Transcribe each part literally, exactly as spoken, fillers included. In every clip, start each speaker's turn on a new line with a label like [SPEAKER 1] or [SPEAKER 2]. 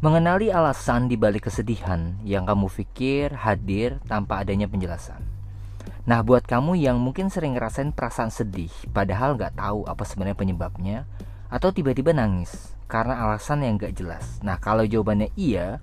[SPEAKER 1] Mengenali alasan di balik kesedihan yang kamu pikir hadir tanpa adanya penjelasan. Nah, buat kamu yang mungkin sering ngerasain perasaan sedih padahal gak tahu apa sebenarnya penyebabnya, atau tiba-tiba nangis karena alasan yang gak jelas. Nah, kalau jawabannya iya,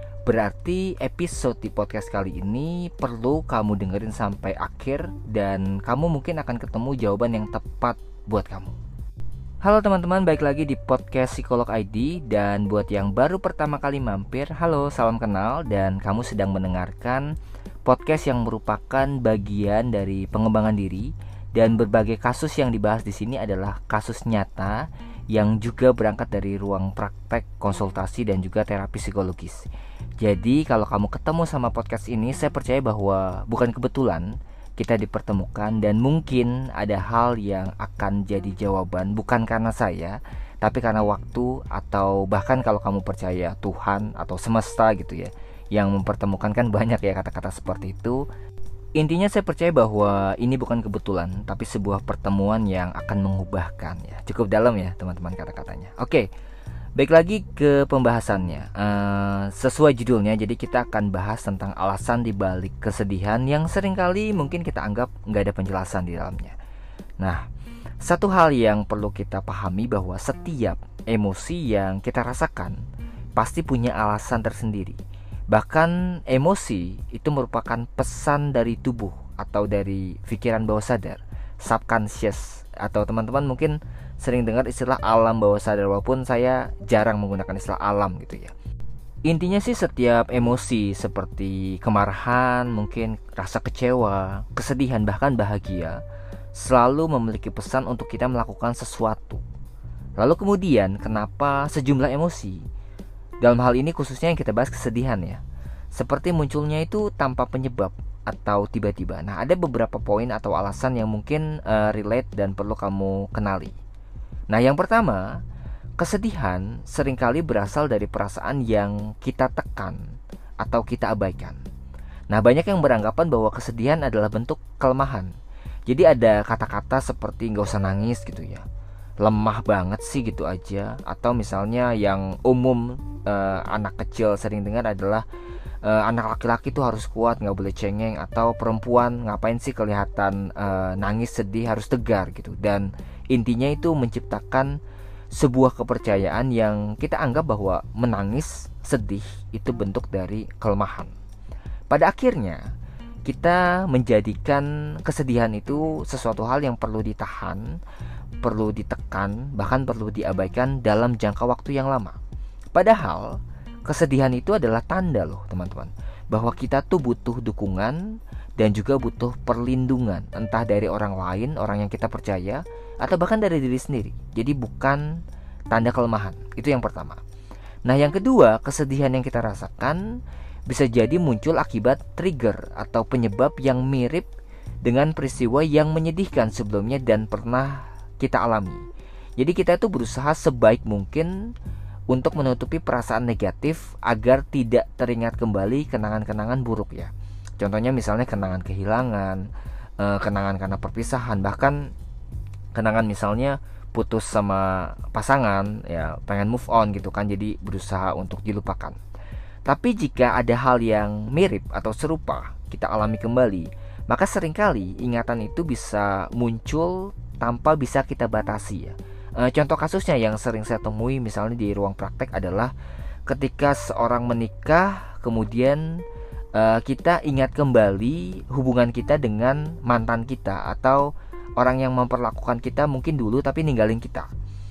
[SPEAKER 1] berarti episode di podcast kali ini perlu kamu dengerin sampai akhir, dan kamu mungkin akan ketemu jawaban yang tepat buat kamu. Halo teman-teman, balik lagi di podcast Psikolog I D. Dan buat yang baru pertama kali mampir, halo, salam kenal. Dan kamu sedang mendengarkan podcast yang merupakan bagian dari pengembangan diri. Dan berbagai kasus yang dibahas di sini adalah kasus nyata yang juga berangkat dari ruang praktek, konsultasi, dan juga terapi psikologis. Jadi kalau kamu ketemu sama podcast ini, saya percaya bahwa bukan kebetulan kita dipertemukan, dan mungkin ada hal yang akan jadi jawaban bukan karena saya, tapi karena waktu, atau bahkan kalau kamu percaya Tuhan atau semesta gitu ya, yang mempertemukan. Kan banyak ya kata-kata seperti itu. Intinya saya percaya bahwa ini bukan kebetulan, tapi sebuah pertemuan yang akan mengubahkan ya. Cukup dalam ya teman-teman kata-katanya. Oke, baik lagi ke pembahasannya. uh, Sesuai judulnya, jadi kita akan bahas tentang alasan dibalik kesedihan yang seringkali mungkin kita anggap nggak ada penjelasan di dalamnya. Nah, satu hal yang perlu kita pahami bahwa setiap emosi yang kita rasakan pasti punya alasan tersendiri. Bahkan emosi itu merupakan pesan dari tubuh atau dari pikiran bawah sadar, subconscious, atau teman-teman mungkin sering dengar istilah alam bawah sadar, walaupun saya jarang menggunakan istilah alam gitu ya. Intinya sih setiap emosi seperti kemarahan, mungkin rasa kecewa, kesedihan, bahkan bahagia selalu memiliki pesan untuk kita melakukan sesuatu. Lalu kemudian kenapa sejumlah emosi, dalam hal ini khususnya yang kita bahas kesedihan ya, seperti munculnya itu tanpa penyebab atau tiba-tiba. Nah, ada beberapa poin atau alasan yang mungkin uh, relate dan perlu kamu kenali. Nah, yang pertama, kesedihan seringkali berasal dari perasaan yang kita tekan atau kita abaikan. Nah, banyak yang beranggapan bahwa kesedihan adalah bentuk kelemahan. Jadi ada kata-kata seperti gak usah nangis gitu ya, lemah banget sih gitu aja. Atau misalnya yang umum eh, anak kecil sering dengar adalah eh, anak laki-laki tuh harus kuat, gak boleh cengeng. Atau perempuan ngapain sih kelihatan eh, nangis sedih, harus tegar gitu. Dan intinya itu menciptakan sebuah kepercayaan yang kita anggap bahwa menangis, sedih itu bentuk dari kelemahan. Pada akhirnya kita menjadikan kesedihan itu sesuatu hal yang perlu ditahan, perlu ditekan, bahkan perlu diabaikan dalam jangka waktu yang lama. Padahal kesedihan itu adalah tanda loh teman-teman, bahwa kita tuh butuh dukungan dan juga butuh perlindungan, entah dari orang lain, orang yang kita percaya, atau bahkan dari diri sendiri. Jadi bukan tanda kelemahan. Itu yang pertama. Nah, yang kedua, kesedihan yang kita rasakan bisa jadi muncul akibat trigger atau penyebab yang mirip dengan peristiwa yang menyedihkan sebelumnya dan pernah kita alami. Jadi kita itu berusaha sebaik mungkin untuk menutupi perasaan negatif agar tidak teringat kembali kenangan-kenangan buruk ya. Contohnya misalnya kenangan kehilangan, eh, kenangan karena perpisahan, bahkan kenangan misalnya putus sama pasangan ya, pengen move on gitu kan, jadi berusaha untuk dilupakan. Tapi jika ada hal yang mirip atau serupa kita alami kembali, maka seringkali ingatan itu bisa muncul tanpa bisa kita batasi ya. E, contoh kasusnya yang sering saya temui misalnya di ruang praktek adalah ketika seorang menikah, kemudian e, kita ingat kembali hubungan kita dengan mantan kita, atau orang yang memperlakukan kita mungkin dulu tapi ninggalin kita.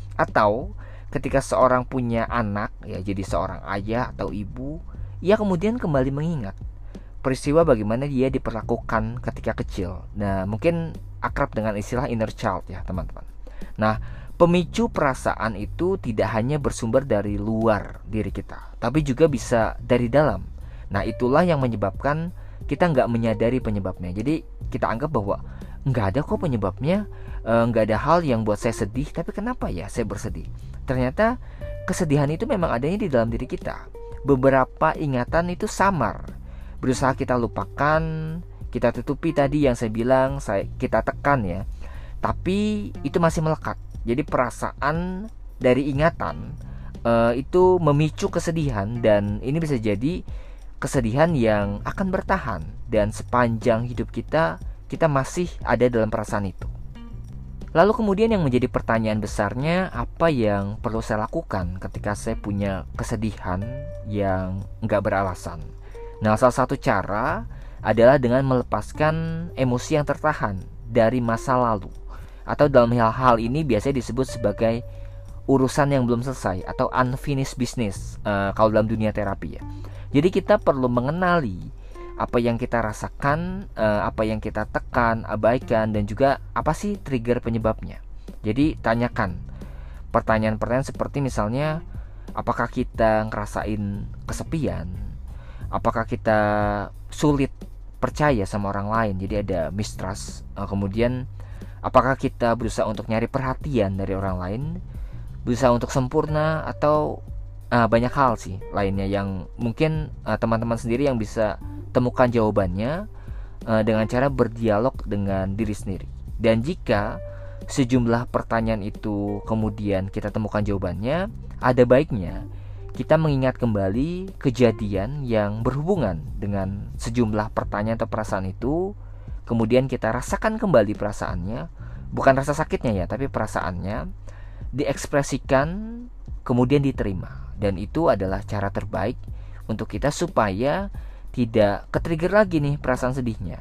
[SPEAKER 1] Atau ketika seorang punya anak ya, jadi seorang ayah atau ibu, ia kemudian kembali mengingat peristiwa bagaimana dia diperlakukan ketika kecil. Nah, mungkin akrab dengan istilah inner child ya teman-teman. Nah, pemicu perasaan itu tidak hanya bersumber dari luar diri kita, tapi juga bisa dari dalam. Nah, itulah yang menyebabkan kita nggak menyadari penyebabnya. Jadi kita anggap bahwa nggak ada kok penyebabnya, e, nggak ada hal yang buat saya sedih, tapi kenapa ya saya bersedih? Ternyata kesedihan itu memang adanya di dalam diri kita. Beberapa ingatan itu samar, berusaha kita lupakan, kita tutupi tadi yang saya bilang, saya, kita tekan ya, tapi itu masih melekat. Jadi perasaan dari ingatan uh, itu memicu kesedihan, dan ini bisa jadi kesedihan yang akan bertahan dan sepanjang hidup kita kita masih ada dalam perasaan itu. Lalu kemudian yang menjadi pertanyaan besarnya, apa yang perlu saya lakukan ketika saya punya kesedihan yang nggak beralasan? Nah, salah satu cara adalah dengan melepaskan emosi yang tertahan dari masa lalu, atau dalam hal-hal ini biasanya disebut sebagai urusan yang belum selesai atau unfinished business uh, kalau dalam dunia terapi ya. Jadi kita perlu mengenali apa yang kita rasakan, uh, apa yang kita tekan, abaikan, dan juga apa sih trigger penyebabnya. Jadi tanyakan pertanyaan-pertanyaan seperti misalnya, apakah kita ngerasain kesepian? Apakah kita sulit percaya sama orang lain, jadi ada mistrust? uh, Kemudian apakah kita berusaha untuk nyari perhatian dari orang lain, berusaha untuk sempurna, atau uh, banyak hal sih lainnya yang mungkin uh, teman-teman sendiri yang bisa temukan jawabannya uh, dengan cara berdialog dengan diri sendiri. Dan jika sejumlah pertanyaan itu kemudian kita temukan jawabannya, ada baiknya kita mengingat kembali kejadian yang berhubungan dengan sejumlah pertanyaan atau perasaan itu. Kemudian kita rasakan kembali perasaannya, bukan rasa sakitnya ya, tapi perasaannya diekspresikan, kemudian diterima. Dan itu adalah cara terbaik untuk kita supaya tidak ketrigger lagi nih perasaan sedihnya.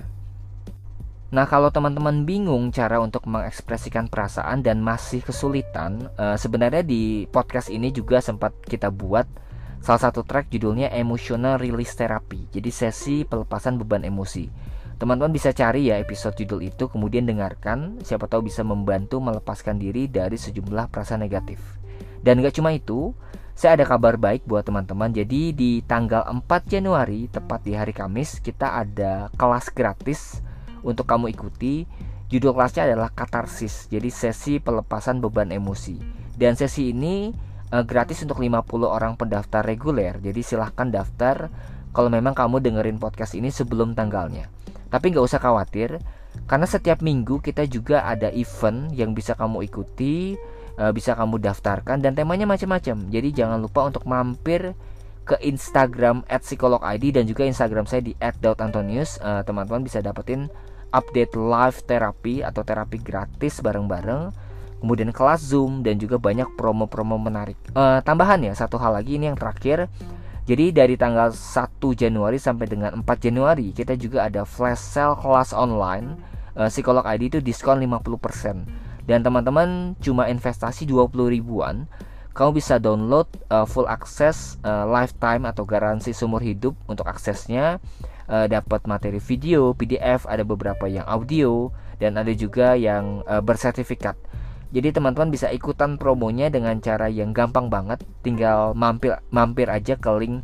[SPEAKER 1] Nah, kalau teman-teman bingung cara untuk mengekspresikan perasaan dan masih kesulitan, eh, sebenarnya di podcast ini juga sempat kita buat salah satu track judulnya Emotional Release Therapy. Jadi sesi pelepasan beban emosi. Teman-teman bisa cari ya episode judul itu, kemudian dengarkan, siapa tahu bisa membantu melepaskan diri dari sejumlah perasaan negatif. Dan gak cuma itu, saya ada kabar baik buat teman-teman. Jadi di tanggal empat Januari, tepat di hari Kamis, kita ada kelas gratis untuk kamu ikuti. Judul kelasnya adalah Katarsis, jadi sesi pelepasan beban emosi. Dan sesi ini uh, gratis untuk lima puluh orang pendaftar reguler. Jadi silahkan daftar kalau memang kamu dengerin podcast ini sebelum tanggalnya. Tapi gak usah khawatir, karena setiap minggu kita juga ada event yang bisa kamu ikuti, uh, bisa kamu daftarkan, dan temanya macam-macam. Jadi jangan lupa untuk mampir ke Instagram at psikolog I D dan juga Instagram saya di at daud antonius. uh, Teman-teman bisa dapetin update live terapi atau terapi gratis bareng-bareng, kemudian kelas Zoom, dan juga banyak promo-promo menarik. uh, Tambahan ya, satu hal lagi ini yang terakhir. Jadi dari tanggal satu Januari sampai dengan empat Januari kita juga ada flash sale kelas online uh, Psikolog I D itu diskon lima puluh persen. Dan teman-teman cuma investasi dua puluh ribuan, kamu bisa download uh, full access uh, lifetime atau garansi seumur hidup untuk aksesnya. uh, Dapat materi video, P D F, ada beberapa yang audio, dan ada juga yang uh, bersertifikat. Jadi teman-teman bisa ikutan promonya dengan cara yang gampang banget. Tinggal mampir mampir aja ke link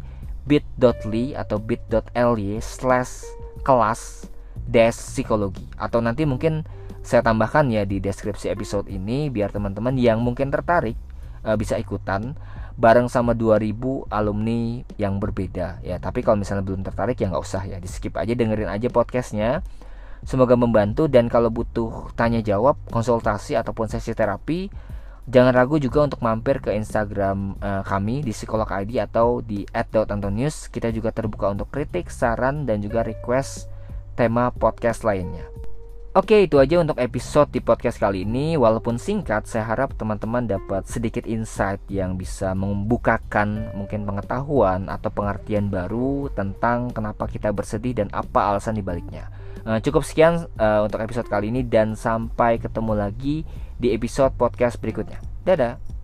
[SPEAKER 1] bit.ly atau bit.ly slash kelas dash psikologi. Atau nanti mungkin saya tambahkan ya di deskripsi episode ini, biar teman-teman yang mungkin tertarik uh, bisa ikutan bareng sama dua ribu alumni yang berbeda ya. Tapi kalau misalnya belum tertarik ya nggak usah ya, di skip aja, dengerin aja podcastnya. Semoga membantu. Dan kalau butuh tanya jawab, konsultasi ataupun sesi terapi, jangan ragu juga untuk mampir ke Instagram uh, kami di Psikolog I D atau di at daud antonius. Kita juga terbuka untuk kritik, saran, dan juga request tema podcast lainnya. Oke, itu aja untuk episode di podcast kali ini. Walaupun singkat, saya harap teman-teman dapat sedikit insight yang bisa membukakan mungkin pengetahuan atau pengertian baru tentang kenapa kita bersedih dan apa alasan dibaliknya. uh, Cukup sekian uh, untuk episode kali ini, dan sampai ketemu lagi di episode podcast berikutnya. Dadah.